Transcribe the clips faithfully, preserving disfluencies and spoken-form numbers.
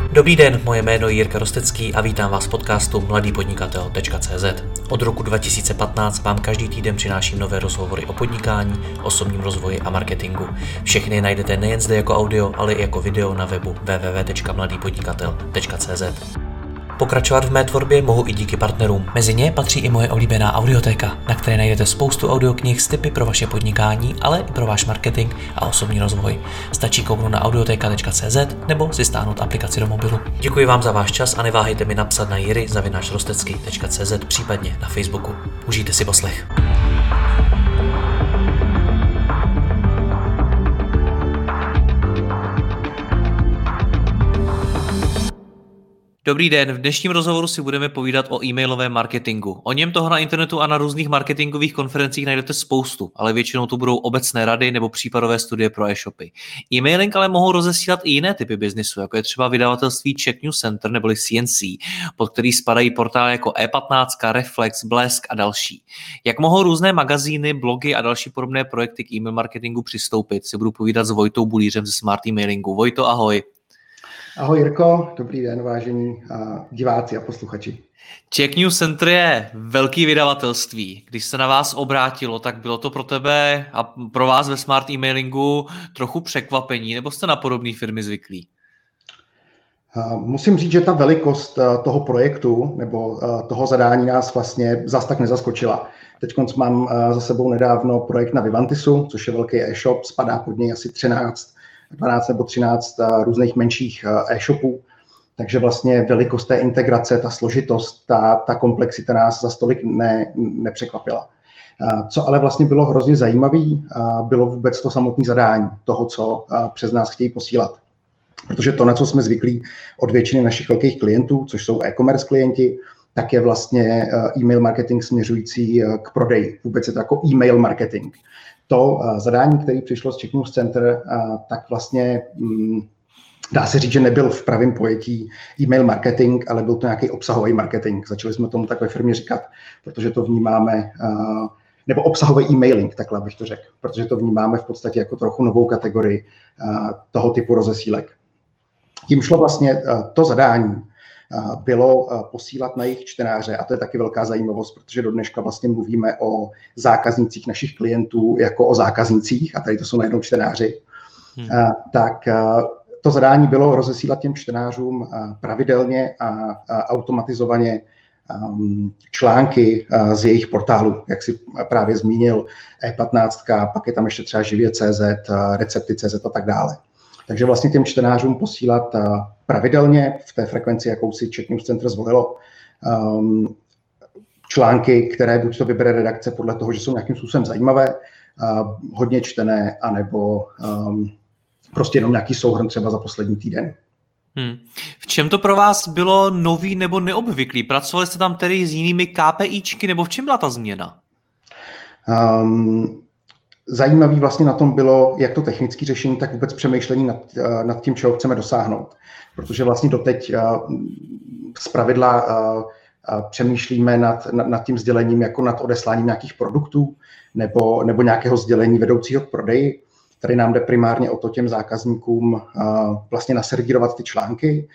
Dobrý den, moje jméno je Jirka Rostecký a vítám vás v podcastu mladý podnikatel tečka cé zet. Od roku dva tisíce patnáct vám každý týden přináším nové rozhovory o podnikání, osobním rozvoji a marketingu. Všechny najdete nejen zde jako audio, ale i jako video na webu w w w tečka mladý podnikatel tečka cé zet. Pokračovat v mé tvorbě mohu i díky partnerům. Mezi ně patří i moje oblíbená audiotéka, na které najdete spoustu audioknih s tipy pro vaše podnikání, ale i pro váš marketing a osobní rozvoj. Stačí kouknout na audioteka tečka cé zet nebo si stáhnout aplikaci do mobilu. Děkuji vám za váš čas a neváhejte mi napsat na jiry zavináč rostecký tečka cé zet, případně na Facebooku. Užijte si poslech. Dobrý den, v dnešním rozhovoru si budeme povídat o e-mailovém marketingu. O něm toho na internetu a na různých marketingových konferencích najdete spoustu, ale většinou to budou obecné rady nebo případové studie pro e-shopy. E-mailing ale mohou rozesílat i jiné typy biznisu, jako je třeba vydavatelství Czech News Center neboli C N C, pod který spadají portály jako E patnáct, Reflex, Blesk a další. Jak mohou různé magazíny, blogy a další podobné projekty k e-mail marketingu přistoupit, si budu povídat s Vojtou Bulířem ze Smart Emailingu. Vojto, ahoj. Ahoj Jirko, dobrý den vážení diváci a posluchači. Czech News Center je velký vydavatelství. Když se na vás obrátilo, tak bylo to pro tebe a pro vás ve Smart Emailingu trochu překvapení, nebo jste na podobné firmy zvyklí? Musím říct, že ta velikost toho projektu nebo toho zadání nás vlastně zas tak nezaskočila. Teď mám za sebou nedávno projekt na Vivantisu, což je velký e-shop, spadá pod něj asi třináct dvanáct nebo třináct různých menších e-shopů, takže vlastně velikost té integrace, ta složitost, ta, ta komplexita nás za stolik ne, nepřekvapila. Co ale vlastně bylo hrozně zajímavé, bylo vůbec to samotné zadání toho, co přes nás chtějí posílat. Protože to, na co jsme zvyklí od většiny našich velkých klientů, což jsou e-commerce klienti, tak je vlastně e-mail marketing směřující k prodeji. Vůbec je to jako e-mail marketing. To zadání, které přišlo z Czech News Center, tak vlastně dá se říct, že nebyl v pravém pojetí e-mail marketing, ale byl to nějaký obsahový marketing. Začali jsme tomu tak ve firmě říkat, protože to vnímáme, nebo obsahový e-mailing, takhle bych to řekl, protože to vnímáme v podstatě jako trochu novou kategorii toho typu rozesílek. Tím šlo vlastně to zadání, bylo posílat na jejich čtenáře, a to je taky velká zajímavost, protože do dneška vlastně mluvíme o zákaznících našich klientů jako o zákaznících, a tady to jsou najednou čtenáři, hmm. tak to zadání bylo rozesílat těm čtenářům pravidelně a automatizovaně články z jejich portálu, jak si právě zmínil, E patnáct, pak je tam ještě třeba živě tečka cé zet, recepty tečka cé zet a tak dále. Takže vlastně těm čtenářům posílat pravidelně v té frekvenci, jakou si Czech News Center zvolilo, um, články, které buď to vybere redakce podle toho, že jsou nějakým způsobem zajímavé, uh, hodně čtené, anebo um, prostě jenom nějaký souhrn třeba za poslední týden. Hmm. V čem to pro vás bylo nový nebo neobvyklý? Pracovali jste tam tedy s jinými KPIčky, nebo v čem byla ta změna? Um, Zajímavý vlastně na tom bylo, jak to technické řešení, tak vůbec přemýšlení nad, nad tím, čeho chceme dosáhnout. Protože vlastně doteď zpravidla přemýšlíme nad, nad, nad tím sdělením jako nad odesláním nějakých produktů nebo, nebo nějakého sdělení vedoucího k prodeji. Tady nám jde primárně o to těm zákazníkům vlastně naservírovat ty články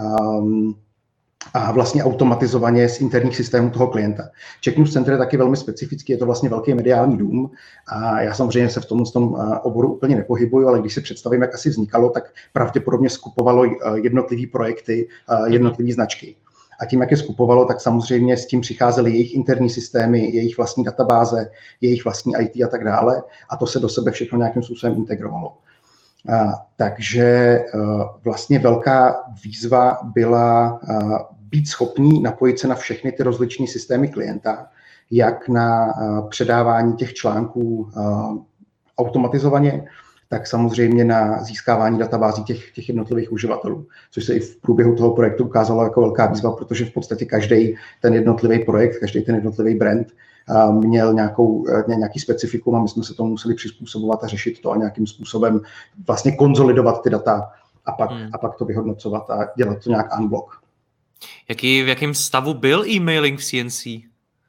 a vlastně automatizovaně z interních systémů toho klienta. Czech News Center je taky velmi specifický, je to vlastně velký mediální dům a já samozřejmě se v tom, v tom oboru úplně nepohybuju, ale když si představím, jak asi vznikalo, tak pravděpodobně skupovalo jednotlivé projekty, jednotlivé značky. A tím, jak je skupovalo, tak samozřejmě s tím přicházely jejich interní systémy, jejich vlastní databáze, jejich vlastní I T a tak dále a to se do sebe všechno nějakým způsobem integrovalo. Uh, takže uh, vlastně velká výzva byla uh, být schopný napojit se na všechny ty rozličné systémy klienta, jak na uh, předávání těch článků uh, automatizovaně, tak samozřejmě na získávání databází těch, těch jednotlivých uživatelů, což se i v průběhu toho projektu ukázalo jako velká výzva, protože v podstatě každý ten jednotlivý projekt, každý ten jednotlivý brand uh, měl nějakou, uh, nějaký specifikum a my jsme se tomu museli přizpůsobovat a řešit to a nějakým způsobem vlastně konzolidovat ty data a pak, hmm. a pak to vyhodnocovat a dělat to nějak unblock. Jaký, v jakém stavu byl e-mailing v C N C?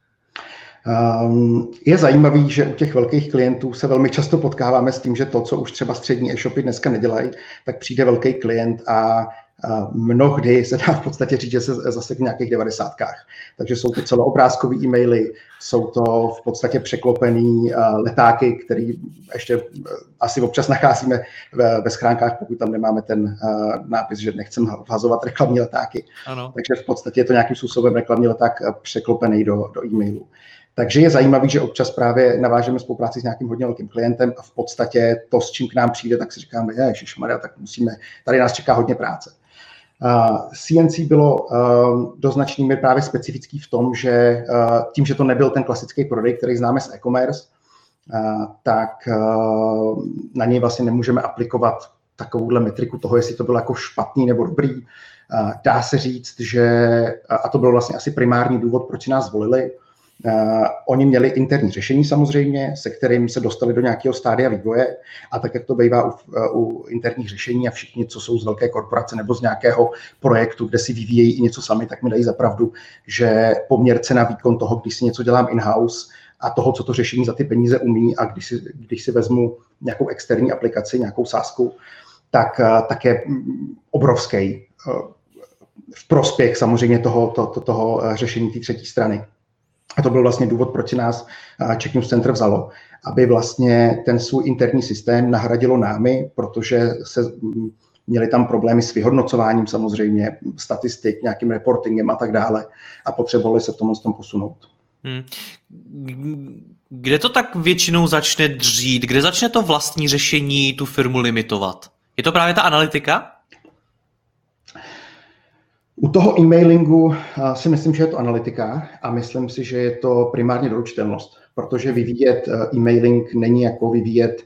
Um, je zajímavý, že u těch velkých klientů se velmi často potkáváme s tím, že to, co už třeba střední e-shopy dneska nedělají, tak přijde velký klient a mnohdy se dá v podstatě říct, že se zase v nějakých devadesátkách. Takže jsou to celoobrázkové e-maily, jsou to v podstatě překlopený letáky, který ještě asi občas nacházíme ve schránkách, pokud tam nemáme ten nápis, že nechceme vhazovat reklamní letáky. Ano. Takže v podstatě je to nějakým způsobem reklamní leták překlopený do, do e-mailu. Takže je zajímavý, že občas právě navážeme spolupráci s nějakým hodně velkým klientem a v podstatě to, s čím k nám přijde, tak si říkáme, ježišmarja, tak musíme, tady nás čeká hodně práce. Uh, C N C bylo uh, do značné míry právě specifický v tom, že uh, tím, že to nebyl ten klasický prodej, který známe z e-commerce, uh, tak uh, na něj vlastně nemůžeme aplikovat takovouhle metriku toho, jestli to bylo jako špatný nebo dobrý. Uh, dá se říct, že, a to byl vlastně asi primární důvod, proč nás zvolili, Uh, oni měli interní řešení samozřejmě, se kterým se dostali do nějakého stádia vývoje a tak, jak to bývá u, u interních řešení a všichni, co jsou z velké korporace nebo z nějakého projektu, kde si vyvíjejí i něco sami, tak mi dají za pravdu, že poměr cena výkon toho, když si něco dělám in-house a toho, co to řešení za ty peníze umí a když si, když si vezmu nějakou externí aplikaci, nějakou sázku, tak, tak je obrovský v prospěch samozřejmě toho, to, to, toho řešení té třetí strany. A to byl vlastně důvod, proč nás Czech News Center vzalo, aby vlastně ten svůj interní systém nahradilo námi, protože se měli tam problémy s vyhodnocováním samozřejmě, statistik, nějakým reportingem a tak dále a potřebovali se v tomhle tom posunout. Hmm. Kde to tak většinou začne dřít? Kde začne to vlastní řešení tu firmu limitovat? Je to právě ta analytika? U toho e-mailingu si myslím, že je to analytika a myslím si, že je to primárně doručitelnost, protože vyvíjet e-mailing není jako vyvíjet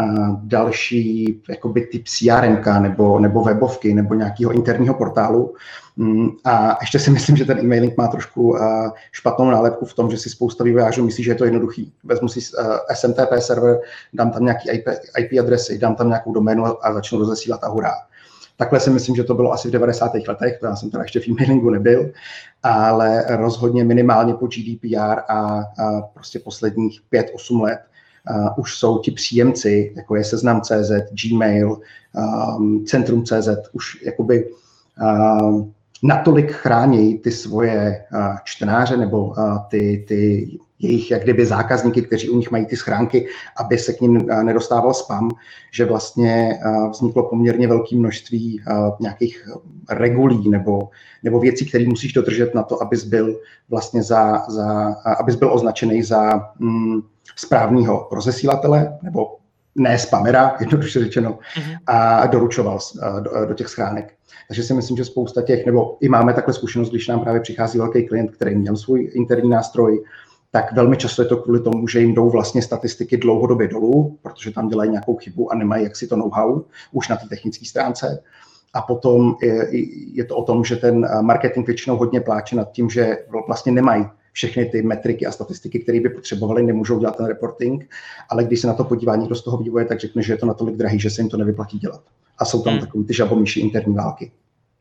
další jakoby typ C R M ka nebo, nebo webovky nebo nějakého interního portálu. A ještě si myslím, že ten e-mailing má trošku špatnou nálepku v tom, že si spousta vývojářů myslí, že je to jednoduchý. Vezmu si S M T P server, dám tam nějaký I P adresy, dám tam nějakou doménu a začnu rozesílat a hurá. Takhle si myslím, že to bylo asi v devadesátých letech, já jsem teda ještě v e-mailingu nebyl, ale rozhodně minimálně po G D P R a, a prostě posledních pět osm let uh, už jsou ti příjemci, jako je Seznam tečka cé zet, Gmail, um, Centrum tečka cé zet, už jakoby uh, natolik chrání ty svoje uh, čtenáře nebo uh, ty, ty jejich jak kdyby zákazníky, kteří u nich mají ty schránky, aby se k nim nedostával spam, že vlastně vzniklo poměrně velké množství nějakých regulí nebo, nebo věcí, které musíš dodržet na to, abys byl vlastně za, za abys byl označený za mm, správného rozesílatele nebo ne spamera, jednoduše řečeno, mm-hmm. a doručoval do, do těch schránek. Takže si myslím, že spousta těch, nebo i máme takhle zkušenost, když nám právě přichází velký klient, který měl svůj interní nástroj, tak velmi často je to kvůli tomu, že jim jdou vlastně statistiky dlouhodobě dolů, protože tam dělají nějakou chybu a nemají jaksi to know-how už na té technické stránce. A potom je, je to o tom, že ten marketing většinou hodně pláče nad tím, že vlastně nemají všechny ty metriky a statistiky, které by potřebovali, nemůžou dělat ten reporting, ale když se na to podívá někdo z toho vývoje, tak řekne, že je to natolik drahý, že se jim to nevyplatí dělat. A jsou tam hmm. takový ty žabomyší interní války.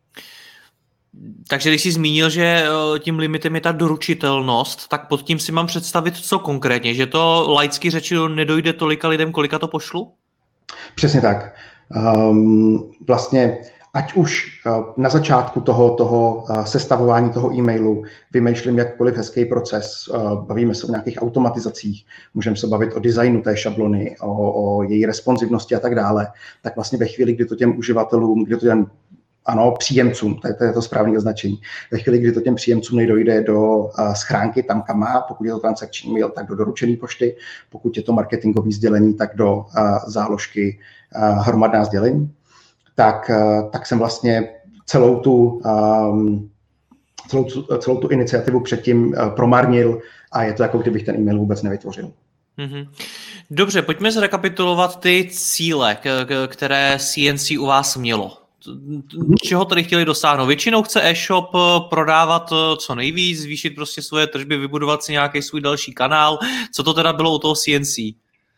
Takže když jsi zmínil, že tím limitem je ta doručitelnost, tak pod tím si mám představit co konkrétně, že to laicky řečeno nedojde tolika lidem, kolika to pošlu? Přesně tak. Um, vlastně ať už uh, na začátku toho, toho uh, sestavování toho e-mailu vymýšlím jakkoliv hezký proces, uh, bavíme se o nějakých automatizacích, můžeme se bavit o designu té šablony, o, o její responsivnosti a tak dále, tak vlastně ve chvíli, kdy to těm uživatelům, kdy to těm ano, příjemcům, to je to, je to správné označení. Ve chvíli, kdy to těm příjemcům nejdojde do uh, schránky, tam kam má, pokud je to transakční mail, tak do doručené pošty, pokud je to marketingové sdělení, tak do uh, záložky uh, hromadná sdělení, tak, uh, tak jsem vlastně celou tu, um, celou, tu, celou tu iniciativu předtím uh, promarnil a je to jako kdybych ten e-mail vůbec nevytvořil. Mm-hmm. Dobře, pojďme zrekapitulovat ty cíle, které C N C u vás mělo. Čeho tady chtěli dosáhnout? Většinou chce e-shop prodávat co nejvíc, zvýšit prostě svoje tržby, vybudovat si nějaký svůj další kanál. Co to teda bylo u toho C N C?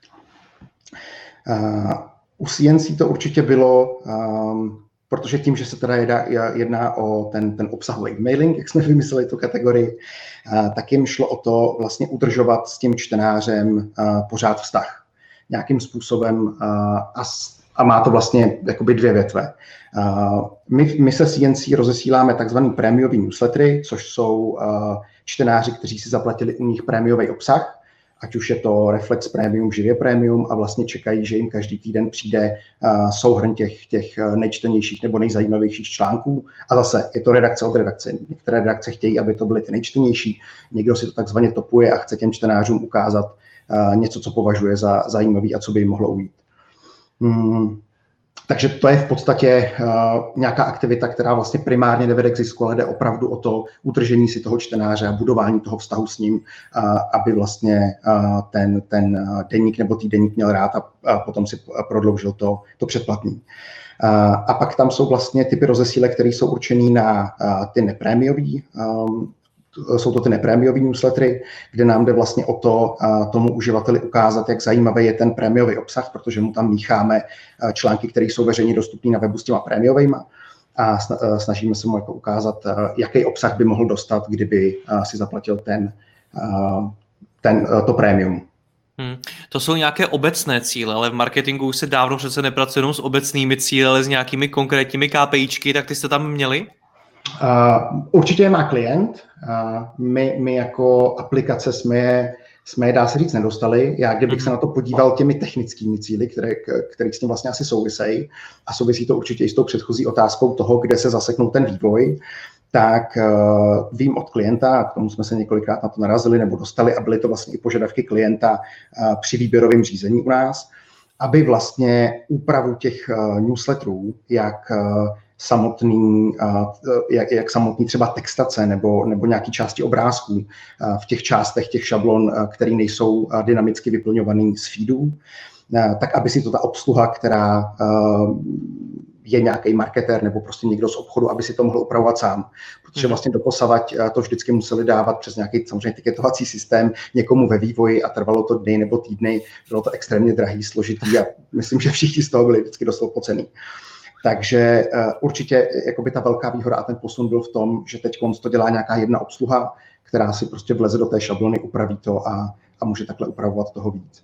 Uh, u C N C to určitě bylo, um, protože tím, že se teda jedná, jedná o ten, ten obsahový mailing, jak jsme vymysleli tu kategorii, uh, tak jim šlo o to vlastně udržovat s tím čtenářem uh, pořád vztah. Nějakým způsobem uh, a a má to vlastně jakoby dvě větve. My, my se C N C rozesíláme takzvaný prémiový newslettery, což jsou čtenáři, kteří si zaplatili u nich prémiový obsah, ať už je to Reflex Premium, Živě Premium a vlastně čekají, že jim každý týden přijde uh, souhrn těch, těch nejčtenějších nebo nejzajímavějších článků. A zase je to redakce od redakce. Některé redakce chtějí, aby to byly ty nejčtenější, někdo si to takzvaně topuje a chce těm čtenářům ukázat uh, něco, co považuje za zajímavý a co by jim mohlo ujít. Hmm. Takže to je v podstatě uh, nějaká aktivita, která vlastně primárně nevede k zisku, ale jde opravdu o to udržení si toho čtenáře a budování toho vztahu s ním, uh, aby vlastně uh, ten, ten deník nebo týdeník měl rád a, a potom si prodloužil to, to předplatný. Uh, a pak tam jsou vlastně typy rozesílek, které jsou určený na uh, ty neprémiový, um, jsou to ty neprémiový newslettery, kde nám jde vlastně o to tomu uživateli ukázat, jak zajímavý je ten prémiový obsah, protože mu tam mícháme články, které jsou veřejně dostupné na webu s těma prémiovejma a snažíme se mu jako ukázat, jaký obsah by mohl dostat, kdyby si zaplatil ten, ten, to prémium. Hmm. To jsou nějaké obecné cíle, ale v marketingu už se dávno přece nepracuje jenom s obecnými cíli, ale s nějakými konkrétními KPIčky, tak ty jste tam měli? Uh, určitě je má klient. Uh, my, my jako aplikace jsme je, jsme je, dá se říct, nedostali. Já kdybych mm-hmm. se na to podíval těmi technickými cíli, které, které s tím vlastně asi souvisejí, a souvisí to určitě i s tou předchozí otázkou toho, kde se zaseknul ten vývoj, tak uh, vím od klienta, a k tomu jsme se několikrát na to narazili nebo dostali, a byly to vlastně i požadavky klienta uh, při výběrovém řízení u nás, aby vlastně úpravu těch uh, newsletterů, jak uh, samotný, jak, jak samotný třeba textace nebo, nebo nějaký části obrázků v těch částech těch šablon, které nejsou dynamicky vyplňovaný z feedů, tak aby si to ta obsluha, která je nějaký marketér nebo prostě někdo z obchodu, aby si to mohl upravovat sám. Protože vlastně doposavať to vždycky museli dávat přes nějaký samozřejmě tiketovací systém někomu ve vývoji a trvalo to dny nebo týdny. Bylo to extrémně drahý, složitý a myslím, že všichni z toho byli vždycky dost opocený. Takže uh, určitě jakoby ta velká výhoda a ten posun byl v tom, že teď to dělá nějaká jedna obsluha, která si prostě vleze do té šablony, upraví to a, a může takhle upravovat toho víc.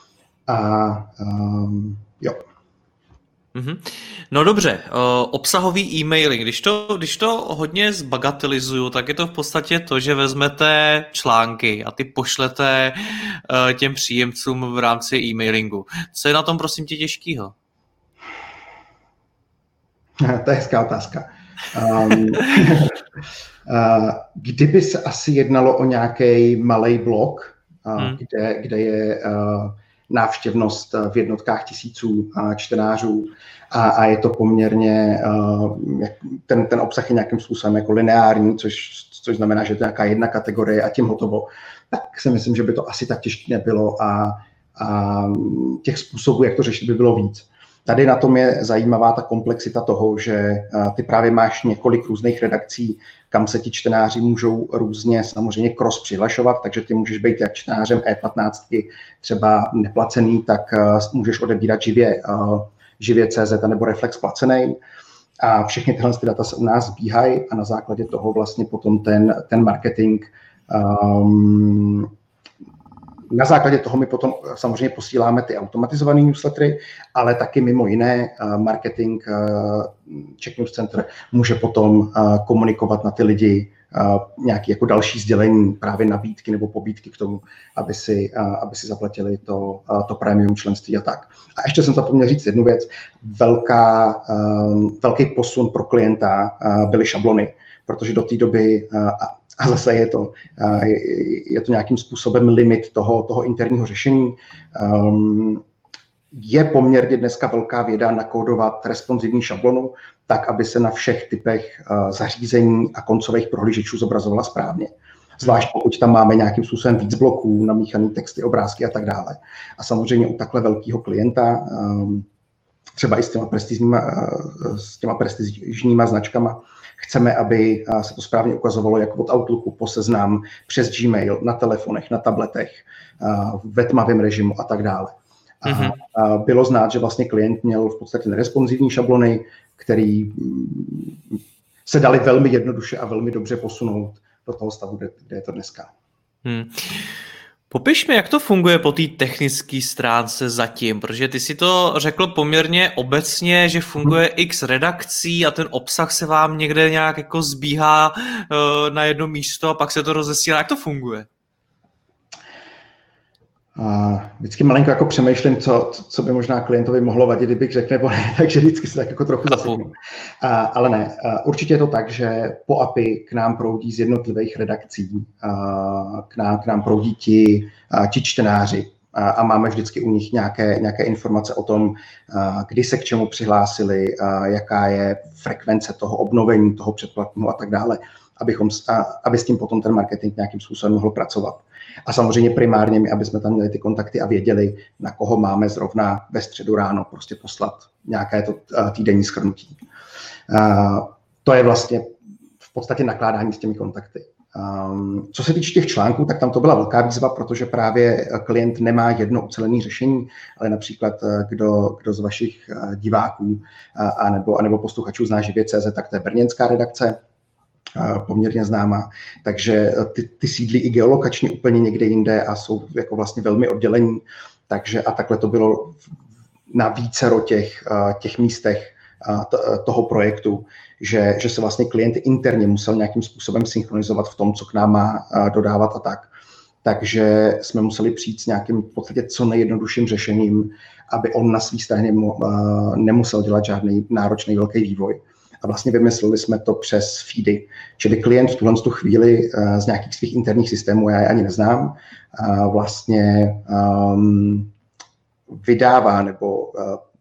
A um, jo. Mm-hmm. No dobře, uh, obsahový e-maily, když to, když to hodně zbagatelizuju, tak je to v podstatě to, že vezmete články a ty pošlete uh, těm příjemcům v rámci e-mailingu. Co je na tom, prosím tě, těžkýho? To je hezká otázka. Um, uh, kdyby se asi jednalo o nějaký malej blog, uh, hmm. kde, kde je uh, návštěvnost v jednotkách tisíců uh, čtenářů a, a je to poměrně, uh, ten, ten obsah je nějakým způsobem jako lineární, což, což znamená, že je to nějaká jedna kategorie a tím hotovo, tak si myslím, že by to asi tak těžké nebylo a, a těch způsobů, jak to řešit, by bylo víc. Tady na tom je zajímavá ta komplexita toho, že ty právě máš několik různých redakcí, kam se ti čtenáři můžou různě samozřejmě cross přihlašovat, takže ty můžeš být jak čtenářem E patnáct třeba neplacený, tak můžeš odebírat živě, živě tečka cé zet nebo Reflex placený. A všechny tyhle ty data se u nás sbíhají a na základě toho vlastně potom ten, ten marketing um, Na základě toho my potom samozřejmě posíláme ty automatizované newslettery, ale taky mimo jiné marketing Czech News Center může potom komunikovat na ty lidi nějaké jako další sdělení, právě nabídky nebo pobídky k tomu, aby si, aby si zaplatili to, to premium členství a tak. A ještě jsem zapomněl říct jednu věc. Velká, velký posun pro klienta byly šablony, protože do té doby a zase je to, je to nějakým způsobem limit toho, toho interního řešení. Je poměrně dneska velká věda nakódovat responsivní šablonu tak, aby se na všech typech zařízení a koncových prohlížečů zobrazovala správně. Zvlášť pokud tam máme nějakým způsobem víc bloků, namíchaný texty, obrázky a tak dále. A samozřejmě u takhle velkého klienta, třeba i s těma prestižníma, s těma prestižníma značkama, chceme, aby se to správně ukazovalo jak od Outlooku po Seznam, přes Gmail, na telefonech, na tabletech, ve tmavém režimu a tak dále. Mm-hmm. A bylo znát, že vlastně klient měl v podstatě neresponsivní šablony, které se daly velmi jednoduše a velmi dobře posunout do toho stavu, kde, kde je to dneska. Hmm. Popiš mi, jak to funguje po té technické stránce zatím, protože ty si to řekl poměrně obecně, že funguje x redakcí a ten obsah se vám někde nějak jako zbíhá uh, na jedno místo a pak se to rozesílá. Jak to funguje? A vždycky malinko jako přemýšlím, co, co by možná klientovi mohlo vadit, kdybych řekl nebo ne, takže vždycky se tak jako trochu zaseknu. Ale ne, a určitě je to tak, že po A P I k nám proudí z jednotlivých redakcí, a k nám, k nám proudí ti, ti čtenáři a, a máme vždycky u nich nějaké, nějaké informace o tom, a, kdy se k čemu přihlásili, a jaká je frekvence toho obnovení, toho předplatného a tak dále, abychom, a, aby s tím potom ten marketing nějakým způsobem mohl pracovat. A samozřejmě primárně my, aby jsme tam měli ty kontakty a věděli, na koho máme zrovna ve středu ráno prostě poslat nějaké to týdenní shrnutí. To je vlastně v podstatě nakládání s těmi kontakty. Co se týče těch článků, tak tam to byla velká výzva, protože právě klient nemá jedno ucelené řešení, ale například kdo, kdo z vašich diváků a nebo, a nebo posluchačů zná živě tečka cé zet, tak to je brněnská redakce, poměrně známá, takže ty, ty sídlí i geolokačně úplně někde jinde a jsou jako vlastně velmi oddělení, takže a takhle to bylo na vícero těch, těch místech toho projektu, že, že se vlastně klient interně musel nějakým způsobem synchronizovat v tom, co k nám má dodávat a tak. Takže jsme museli přijít s nějakým v podstatě co nejjednodušším řešením, aby on na své straně nemusel dělat žádný náročný velký vývoj. A vlastně vymysleli jsme to přes feedy. Čili klient v tuhle chvíli uh, z nějakých svých interních systémů, já je ani neznám, uh, vlastně um, vydává nebo uh,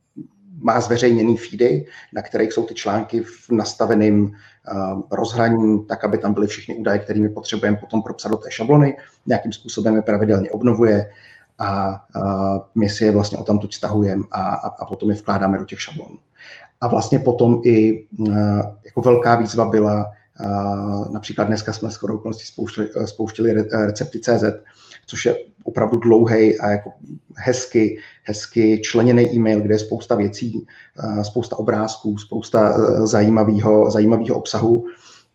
má zveřejněný feedy, na kterých jsou ty články v nastaveném uh, rozhraní, tak, aby tam byly všechny údaje, kterými potřebujeme potom propsat do té šablony, nějakým způsobem je pravidelně obnovuje a uh, my si je vlastně o tamtud stahujeme a, a, a potom je vkládáme do těch šablonů. A vlastně potom i jako velká výzva byla, například dneska jsme shodou okolností spouštěli, spouštěli recepty tečka cé zet, což je opravdu dlouhý a jako hezky, hezky členěný e-mail, kde je spousta věcí, spousta obrázků, spousta zajímavého, zajímavého obsahu.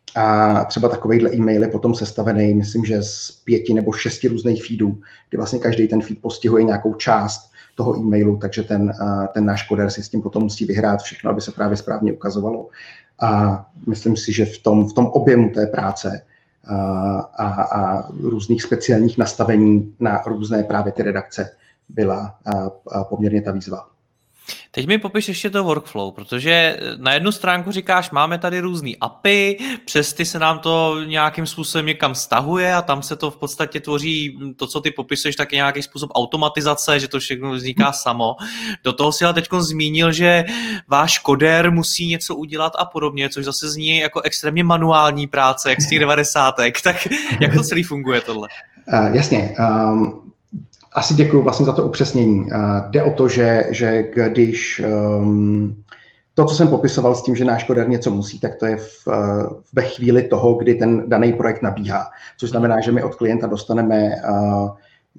A třeba takovejhle e-mail je potom sestavený, myslím, že z pěti nebo šesti různých feedů, kdy vlastně každý ten feed postihuje nějakou část toho e-mailu, takže ten, ten náš koder si s tím potom musí vyhrát všechno, aby se právě správně ukazovalo. A myslím si, že v tom, v tom objemu té práce a, a, a různých speciálních nastavení na různé právě ty redakce byla a, a poměrně ta výzva. Teď mi popiš ještě to workflow, protože na jednu stránku říkáš, máme tady různý A P I, přes ty se nám to nějakým způsobem někam stahuje a tam se to v podstatě tvoří, to, co ty popisuješ, tak je nějaký způsob automatizace, že to všechno vzniká samo. Do toho si ale teď zmínil, že váš koder musí něco udělat a podobně, což zase zní jako extrémně manuální práce, jak z těch devadesátek. Tak jak to celý funguje tohle? Uh, jasně. Um... Asi děkuji vlastně za to upřesnění. Uh, jde o to, že, že když um, to, co jsem popisoval s tím, že náš koder něco musí, tak to je v, uh, ve chvíli toho, kdy ten daný projekt nabíhá. Což znamená, že my od klienta dostaneme uh,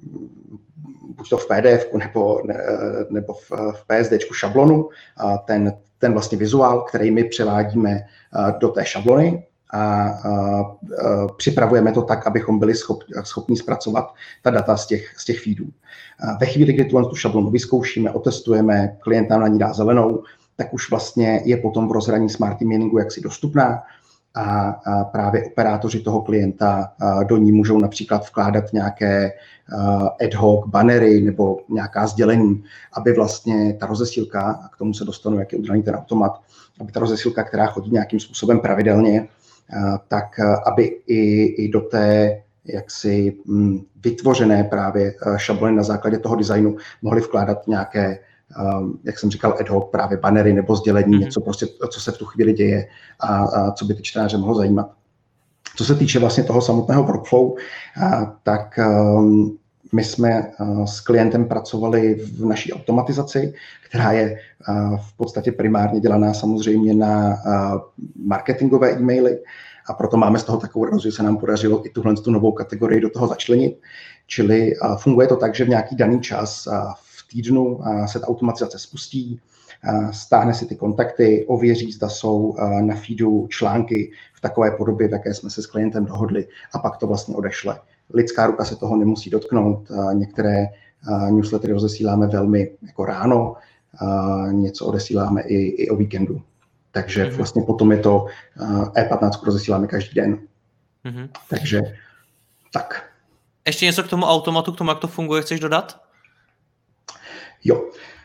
buď to v P D F nebo, ne, nebo v, v P S D čku šablonu, uh, ten, ten vlastně vizuál, který my převádíme uh, do té šablony. A, a, a připravujeme to tak, abychom byli schop, schopni zpracovat ta data z těch, z těch feedů. A ve chvíli, kdy tu, tu šablonu vyzkoušíme, otestujeme, klient nám na ní dá zelenou, tak už vlastně je potom v rozhraní smart emailingu jaksi dostupná a, a právě operátoři toho klienta do ní můžou například vkládat nějaké ad hoc bannery nebo nějaká sdělení, aby vlastně ta rozesílka, a k tomu se dostanu, jak je udělaný ten automat, aby ta rozesílka, která chodí nějakým způsobem pravidelně, tak aby i, i do té jaksi vytvořené právě šablony na základě toho designu mohly vkládat nějaké, jak jsem říkal, ad hoc právě bannery nebo sdělení, mm-hmm. něco prostě, co se v tu chvíli děje a, a co by ty čtenáře mohlo zajímat. Co se týče vlastně toho samotného workflow, tak my jsme s klientem pracovali v naší automatizaci, která je v podstatě primárně dělaná samozřejmě na marketingové e-maily a proto máme z toho takovou radost, že se nám podařilo i tuhle tu novou kategorii do toho začlenit. Čili funguje to tak, že v nějaký daný čas v týdnu se ta automatizace spustí, stáhne si ty kontakty, ověří, zda jsou na feedu články v takové podobě, v jaké jsme se s klientem dohodli a pak to vlastně odešle lidská ruka se toho nemusí dotknout. Některé newslettery rozesíláme velmi jako ráno, něco odesíláme i, i o víkendu. Takže mm-hmm. vlastně potom je to E patnáct rozesíláme každý den. Mm-hmm. Takže tak. Ještě něco k tomu automatu, k tomu, jak to funguje, chceš dodat? Jo.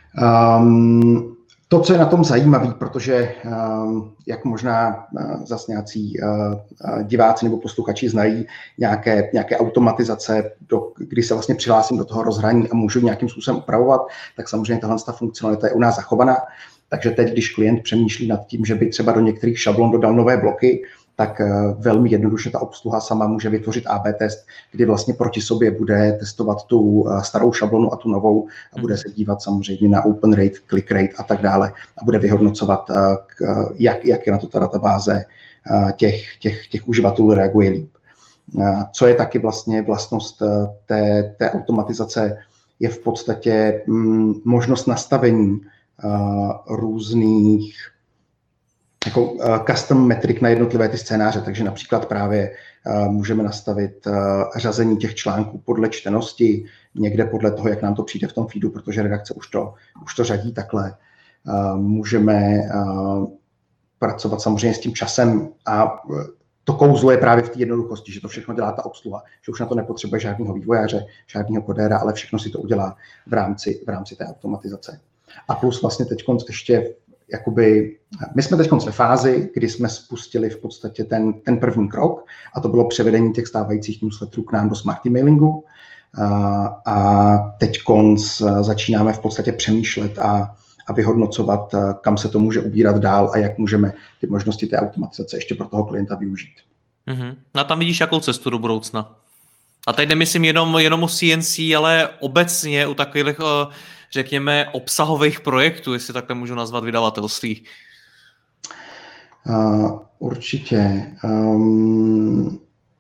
Um, to, co je na tom zajímavé, protože um, jak možná uh, zase nějací uh, diváci nebo posluchači znají nějaké, nějaké automatizace, do, kdy se vlastně přihlásím do toho rozhraní a můžu nějakým způsobem upravovat, tak samozřejmě tahle funkcionalita je u nás zachovaná. Takže teď, když klient přemýšlí nad tím, že by třeba do některých šablon dodal nové bloky, tak velmi jednoduše ta obsluha sama může vytvořit A B test, kdy vlastně proti sobě bude testovat tu starou šablonu a tu novou a bude se dívat samozřejmě na open rate, click rate a tak dále a bude vyhodnocovat, jak, jak je na to ta databáze těch, těch, těch uživatelů reaguje líp. Co je taky vlastně vlastnost té, té automatizace, je v podstatě možnost nastavení různých jako uh, custom metrik na jednotlivé ty scénáře, takže například právě uh, můžeme nastavit uh, řazení těch článků podle čtenosti, někde podle toho, jak nám to přijde v tom feedu, protože redakce už to, už to řadí takhle. Uh, můžeme uh, pracovat samozřejmě s tím časem a to kouzlo je právě v té jednoduchosti, že to všechno dělá ta obsluha, že už na to nepotřebuje žádného vývojáře, žádného kodéra, ale všechno si to udělá v rámci, v rámci té automatizace. A plus vlastně teď ještě Jakoby, my jsme teď ve fázi, kdy jsme spustili v podstatě ten, ten první krok a to bylo převedení těch stávajících newsletterů k nám do smart emailingu a, a teď začínáme v podstatě přemýšlet a, a vyhodnocovat, kam se to může ubírat dál a jak můžeme ty možnosti té automatizace ještě pro toho klienta využít. Mm-hmm. A tam vidíš jakou cestu do budoucna? A teď nemyslím jenom, jenom o C N C, ale obecně u takových, řekněme, obsahových projektů, jestli takhle můžu nazvat vydavatelství. Uh, určitě. Um,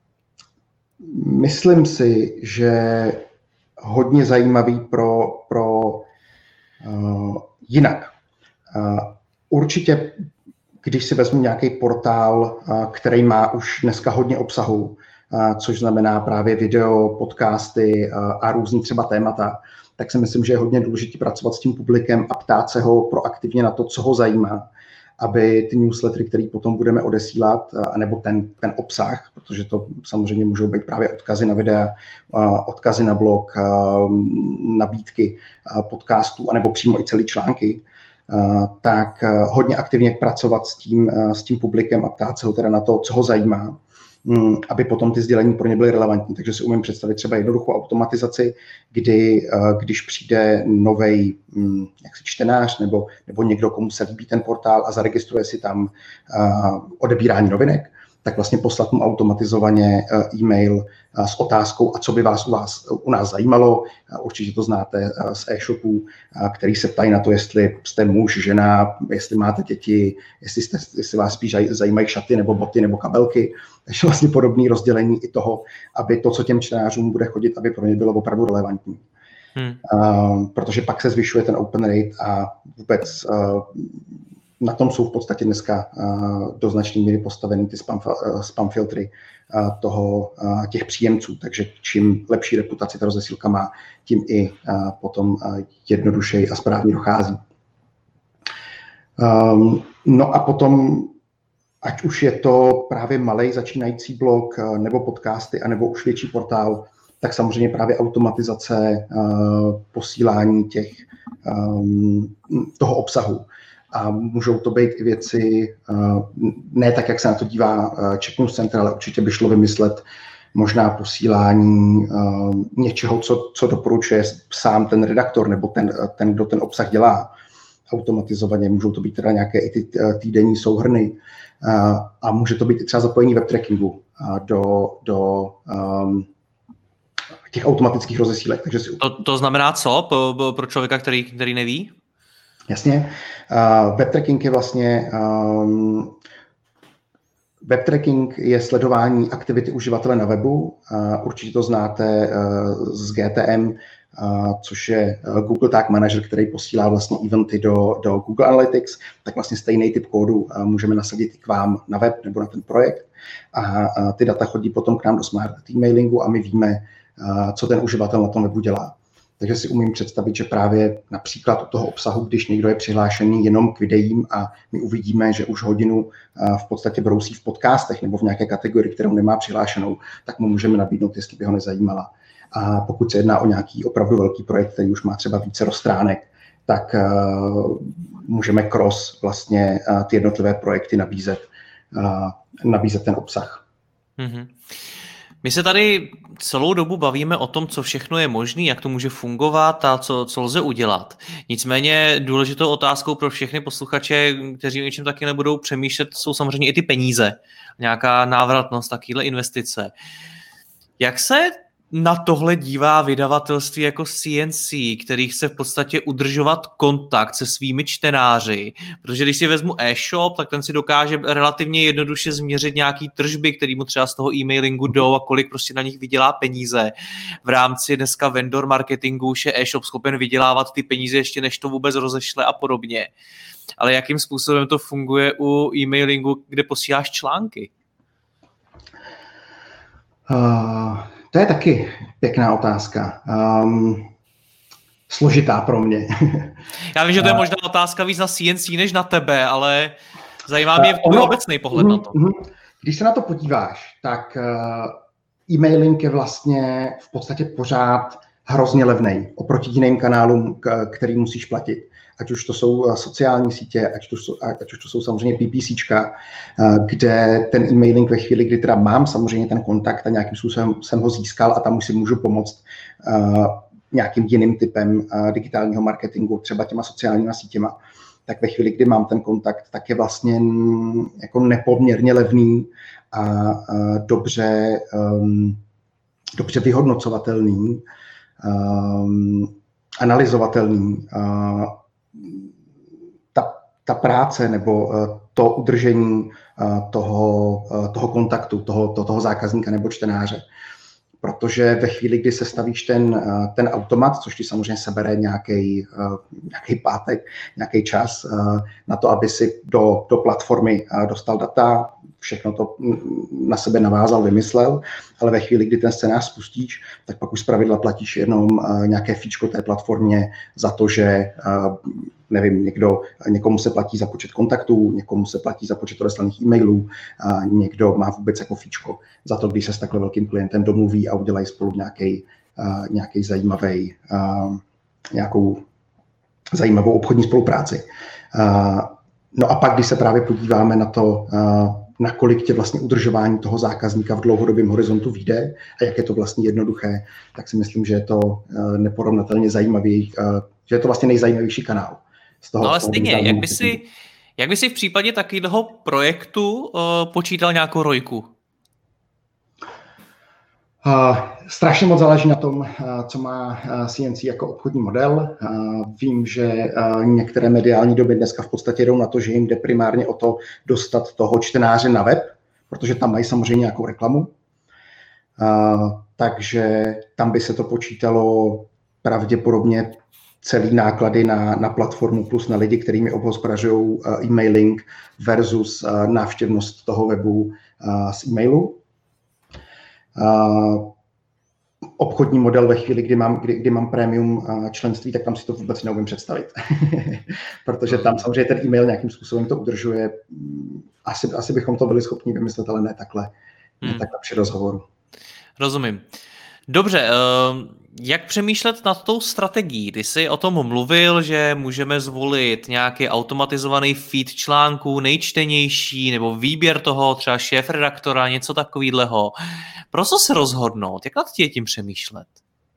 myslím si, že hodně zajímavý pro, pro uh, jinak. Uh, určitě, když si vezmu nějaký portál, uh, který má už dneska hodně obsahu, uh, což znamená právě video, podcasty uh, a různý třeba témata, tak si myslím, že je hodně důležité pracovat s tím publikem a ptát se ho proaktivně na to, co ho zajímá, aby ty newslettery, které potom budeme odesílat, anebo ten, ten obsah, protože to samozřejmě můžou být právě odkazy na videa, odkazy na blog, nabídky podcastů, anebo přímo i celý články, tak hodně aktivně pracovat s tím, s tím publikem a ptát se ho teda na to, co ho zajímá, aby potom ty sdělení pro ně byly relevantní. Takže si umím představit třeba jednoduchou automatizaci, kdy, když přijde novej jaksi čtenář nebo, nebo někdo, komu se líbí ten portál a zaregistruje si tam odebírání novinek, tak vlastně poslat mu automatizovaně e-mail s otázkou, a co by vás u, vás, u nás zajímalo. Určitě to znáte z e-shopů, který se ptají na to, jestli jste muž, žena, jestli máte děti, jestli, jste, jestli vás spíš zajímají šaty nebo boty nebo kabelky. Takže vlastně podobné rozdělení i toho, aby to, co těm čtenářům bude chodit, aby pro ně bylo opravdu relevantní. Hmm. Uh, protože pak se zvyšuje ten open rate a vůbec uh, na tom jsou v podstatě dneska uh, do značné míry postaveny ty spam, uh, spam filtry uh, toho, uh, těch příjemců, takže čím lepší reputaci ta rozesílka má, tím i uh, potom uh, jednodušeji a správně dochází. Um, no a potom, ať už je to právě malej začínající blog, uh, nebo podcasty, anebo už větší portál, tak samozřejmě právě automatizace uh, posílání těch, um, toho obsahu. A můžou to být i věci, ne tak, jak se na to dívá Czech News Center, ale určitě by šlo vymyslet možná posílání něčeho, co, co doporučuje sám ten redaktor nebo ten, ten, kdo ten obsah dělá automatizovaně. Můžou to být teda nějaké i ty týdenní souhrny a může to být i třeba zapojení web trackingu do, do um, těch automatických rozesílek. Takže si... to, to znamená co pro, pro člověka, který, který neví? Jasně. Uh, web tracking je vlastně um, web tracking je sledování aktivity uživatele na webu. Uh, určitě to znáte uh, z G T M, což je Google Tag Manager, který posílá vlastně eventy do, do Google Analytics, tak vlastně stejný typ kódu můžeme nasadit i k vám na web nebo na ten projekt. A ty data chodí potom k nám do smart emailingu a my víme, co ten uživatel na tom webu dělá. Takže si umím představit, že právě například u toho obsahu, když někdo je přihlášený jenom k videím a my uvidíme, že už hodinu v podstatě brousí v podcastech nebo v nějaké kategorii, kterou nemá přihlášenou, tak mu můžeme nabídnout, jestli by ho nezajímala. A pokud se jedná o nějaký opravdu velký projekt, který už má třeba více stránek, tak uh, můžeme cross vlastně uh, ty jednotlivé projekty nabízet, uh, nabízet ten obsah. Mm-hmm. My se tady celou dobu bavíme o tom, co všechno je možné, jak to může fungovat a co, co lze udělat. Nicméně důležitou otázkou pro všechny posluchače, kteří o něčem taky nebudou přemýšlet, jsou samozřejmě i ty peníze. Nějaká návratnost, takovéhle investice. Jak se na tohle dívá vydavatelství jako C N C, který chce v podstatě udržovat kontakt se svými čtenáři, protože když si vezmu e-shop, tak ten si dokáže relativně jednoduše změřit nějaký tržby, který mu třeba z toho e-mailingu jdou a kolik prostě na nich vydělá peníze. V rámci dneska vendor marketingu už je e-shop schopen vydělávat ty peníze ještě než to vůbec rozešle a podobně. Ale jakým způsobem to funguje u e-mailingu, kde posíláš články? Uh... To je taky pěkná otázka. Um, složitá pro mě. Já vím, že to je možná otázka víc na C N C než na tebe, ale zajímá mě uh, obecný pohled uh, na to. Uh, když se na to podíváš, tak uh, e-mailing je vlastně v podstatě pořád hrozně levnej oproti jiným kanálům, k, který musíš platit. Ať už to jsou sociální sítě, ať, to jsou, ať už to jsou samozřejmě PPCčka, kde ten e-mailing ve chvíli, kdy teda mám samozřejmě ten kontakt a nějakým způsobem jsem ho získal a tam už si můžu pomoct uh, nějakým jiným typem uh, digitálního marketingu, třeba těma sociálníma sítěma, tak ve chvíli, kdy mám ten kontakt, tak je vlastně jako nepoměrně levný a uh, dobře, um, dobře vyhodnocovatelný, um, analyzovatelný. Uh, Ta, ta práce nebo to udržení toho, toho kontaktu, toho, to, toho zákazníka nebo čtenáře. Protože ve chvíli, kdy se stavíš ten, ten automat, což ti samozřejmě sebere nějaký, nějaký pátek, nějaký čas na to, aby si do, do platformy dostal data, všechno to na sebe navázal, vymyslel, ale ve chvíli, kdy ten scénář spustíš, tak pak už zpravidla platíš jenom nějaké fíčko té platformě za to, že nevím, někdo, někomu se platí za počet kontaktů, někomu se platí za počet odeslaných e-mailů, a někdo má vůbec jako fíčko za to, když se s takhle velkým klientem domluví a udělají spolu nějaký, uh, nějaký zajímavý, uh, nějakou zajímavou obchodní spolupráci. Uh, no a pak, když se právě podíváme na to, uh, nakolik tě vlastně udržování toho zákazníka v dlouhodobém horizontu vyjde a jak je to vlastně jednoduché, tak si myslím, že je to uh, neporovnatelně zajímavý, uh, že je to vlastně nejzajímavější kanál. Z toho, no ale z toho stejně, jak by, si, jak by si v případě takového projektu uh, počítal nějakou rojku? Uh, strašně moc záleží na tom, uh, co má uh, C N C jako obchodní model. Uh, vím, že uh, některé mediální doby dneska v podstatě jdou na to, že jim jde primárně o to dostat toho čtenáře na web, protože tam mají samozřejmě nějakou reklamu. Uh, takže tam by se to počítalo pravděpodobně celý náklady na, na platformu plus na lidi, kterými obhospodařují uh, e-mailing versus uh, návštěvnost toho webu uh, z e-mailu. Uh, obchodní model ve chvíli, kdy mám, kdy, kdy mám premium uh, členství, tak tam si to vůbec neumím představit. Protože tam samozřejmě ten e-mail nějakým způsobem to udržuje. Asi, asi bychom to byli schopni vymyslet, ale ne takhle, hmm. ne takhle při rozhovoru. Rozumím. Dobře, jak přemýšlet nad tou strategií? Ty jsi o tom mluvil, že můžeme zvolit nějaký automatizovaný feed článků, nejčtenější, nebo výběr toho, třeba šéfredaktora, něco takového. Pro co se rozhodnout? Jak nad tím přemýšlet?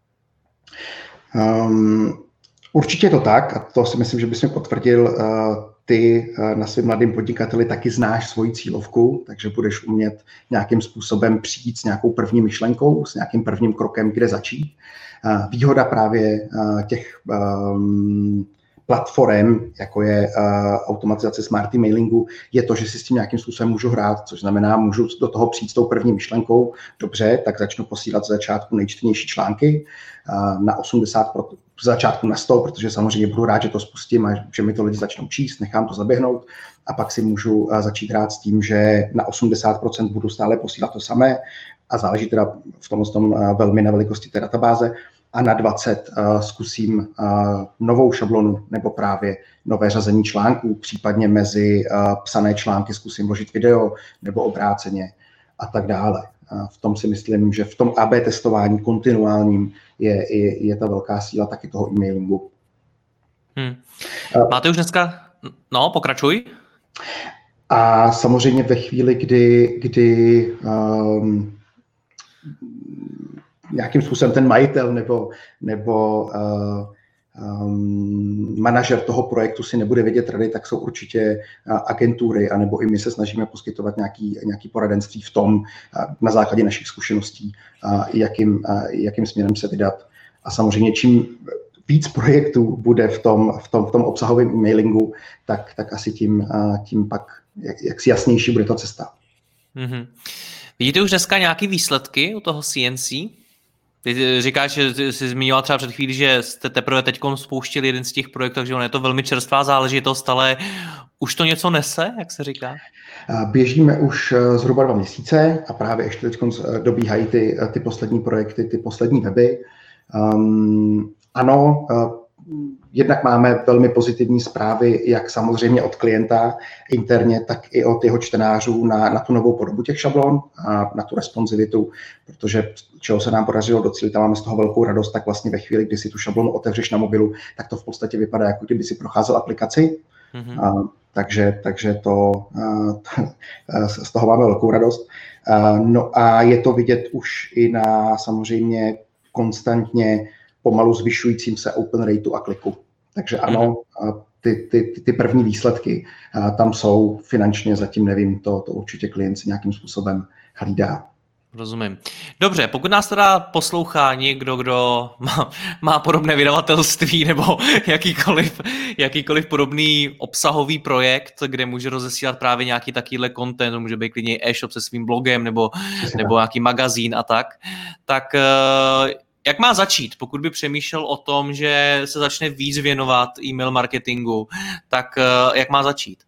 Um, určitě je to tak, a to si myslím, že bys mi potvrdil, uh, ty uh, na svým mladým podnikateli taky znáš svoji cílovku, takže budeš umět nějakým způsobem přijít s nějakou první myšlenkou, s nějakým prvním krokem, kde začít. Uh, výhoda právě uh, těch um, platform, jako je uh, automatizace smart emailingu, je to, že si s tím nějakým způsobem můžu hrát, což znamená, můžu do toho přijít s tou první myšlenkou, dobře, tak začnu posílat z začátku nejčtenější články uh, na osmdesát procent, z začátku na sto, protože samozřejmě budu rád, že to spustím a že mi to lidi začnou číst, nechám to zaběhnout a pak si můžu uh, začít hrát s tím, že na osmdesát procent budu stále posílat to samé a záleží teda v tom, tom uh, velmi na velikosti té databáze. A na dvacet uh, zkusím uh, novou šablonu nebo právě nové řazení článků, případně mezi uh, psané články zkusím vložit video nebo obráceně a tak dále. Uh, v tom si myslím, že v tom A B testování kontinuálním je, je, je ta velká síla taky toho e-mailingu. Hmm. Uh, Máte už dneska... No, pokračuj. A samozřejmě ve chvíli, kdy, kdy um, nějakým způsobem ten majitel nebo, nebo uh, um, manažer toho projektu si nebude vědět rady, tak jsou určitě uh, agentury, anebo i my se snažíme poskytovat nějaký, nějaký poradenství v tom, uh, na základě našich zkušeností, uh, jakým, uh, jakým směrem se vydat. A samozřejmě čím víc projektů bude v tom, v tom, v tom obsahovém e-mailingu, tak, tak asi tím, uh, tím pak jak, jak si jasnější bude ta cesta. Mm-hmm. Vidíte už dneska nějaké výsledky u toho C N C? Ty říkáš, že jsi zmiňoval třeba před chvíli, že jste teprve teď spouštili jeden z těch projektů, takže on je to velmi čerstvá záležitost, ale už to něco nese, jak se říká? Běžíme už zhruba dva měsíce a právě ještě teď dobíhají ty, ty poslední projekty, ty poslední weby. Um, ano, jednak máme velmi pozitivní zprávy, jak samozřejmě od klienta interně, tak i od jeho čtenářů na, na tu novou podobu těch šablon a na tu responsivitu, protože čeho se nám podařilo docílit, a máme z toho velkou radost, tak vlastně ve chvíli, kdy si tu šablonu otevřeš na mobilu, tak to v podstatě vypadá, jako kdyby si procházel aplikaci. Mm-hmm. A, takže, takže to, a, z toho máme velkou radost. A, no a je to vidět už i na samozřejmě konstantně pomalu zvyšujícím se open rateu a kliku. Takže ano, ty, ty, ty první výsledky tam jsou finančně, zatím nevím, to, to určitě klient si nějakým způsobem hlídá. Rozumím. Dobře, pokud nás teda poslouchá někdo, kdo má, má podobné vydavatelství nebo jakýkoliv, jakýkoliv podobný obsahový projekt, kde může rozesílat právě nějaký takovýhle content, může být klidně e-shop se svým blogem nebo, nebo nějaký magazín a tak, tak jak má začít, pokud by přemýšlel o tom, že se začne víc věnovat e-mail marketingu, tak jak má začít?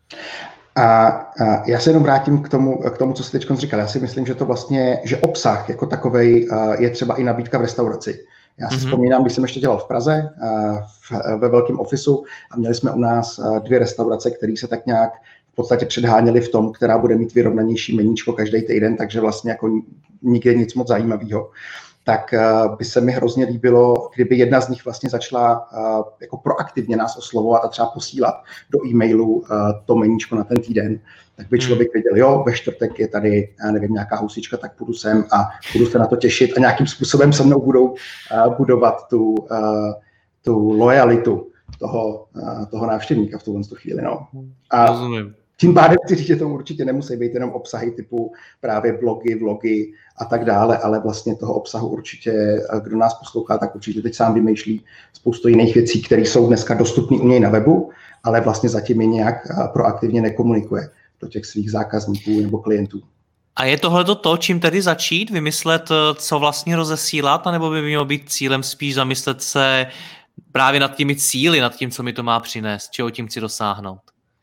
A, a já se jenom vrátím k tomu, k tomu, co jsi teď říkal. Já si myslím, že to vlastně, že obsah jako takovej je třeba i nabídka v restauraci. Já si mm-hmm. vzpomínám, když jsem ještě dělal v Praze, v, ve velkém ofisu a měli jsme u nás dvě restaurace, které se tak nějak v podstatě předháněly v tom, která bude mít vyrovnanější meníčko každý týden, takže vlastně jako nikde nic moc zajímavého. Tak uh, by se mi hrozně líbilo, kdyby jedna z nich vlastně začala uh, jako proaktivně nás oslovovat a třeba posílat do e-mailu uh, to meníčko na ten týden, tak by člověk věděl, jo, ve čtvrtek je tady, já nevím, nějaká husička, tak půjdu sem a budu se na to těšit a nějakým způsobem se mnou budou uh, budovat tu, uh, tu lojalitu toho, uh, toho návštěvníka v tuhle chvíli. No. A rozumím. Tím pádem chci říct, že to určitě nemusí být jenom obsahy typu právě blogy, vlogy a tak dále, ale vlastně toho obsahu určitě, kdo nás poslouchá, tak určitě teď sám vymýšlí spoustu jiných věcí, které jsou dneska dostupné u něj na webu, ale vlastně zatím je nějak proaktivně nekomunikuje do těch svých zákazníků nebo klientů. A je tohle to, čím tedy začít? Vymyslet, co vlastně rozesílat, nebo by mělo být cílem spíš zamyslet se právě nad těmi cíli, nad tím, co mi to má přinést, čeho tím chci dosáhnout?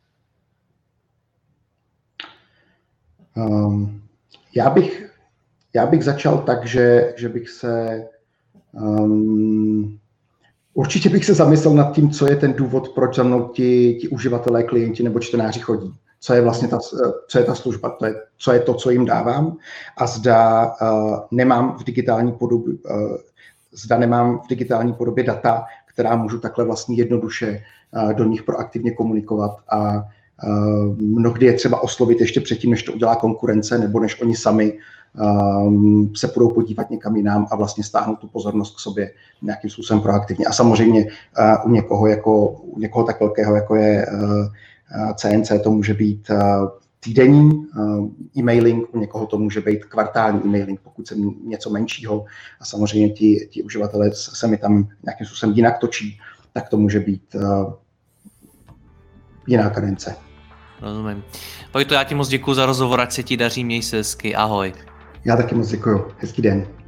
Um, já, bych, já bych začal tak, že, že bych se um, určitě bych se zamyslel nad tím, co je ten důvod, proč za mnou ti, ti uživatelé, klienti nebo čtenáři chodí. Co je vlastně ta, co je ta služba, to je, co je to, co jim dávám a zda uh, nemám v digitální podobě, uh, zda nemám v digitální podobě data, která můžu takhle vlastně jednoduše uh, do nich proaktivně komunikovat a Uh, mnohdy je třeba oslovit ještě předtím, než to udělá konkurence, nebo než oni sami um, se budou podívat někam jinam a vlastně stáhnout tu pozornost k sobě nějakým způsobem proaktivně. A samozřejmě uh, u někoho, jako, u někoho tak velkého, jako je uh, C N C, to může být uh, týdenní uh, e-mailing, u někoho to může být kvartální e-mailing, pokud jsem něco menšího. A samozřejmě ti, ti uživatelé se mi tam nějakým způsobem jinak točí. tak to může být uh, jiná kadence. Rozumím. Vojto, já ti moc děkuji za rozhovor, ať se ti daří, měj se hezky, ahoj. Já taky moc děkuji, hezký den.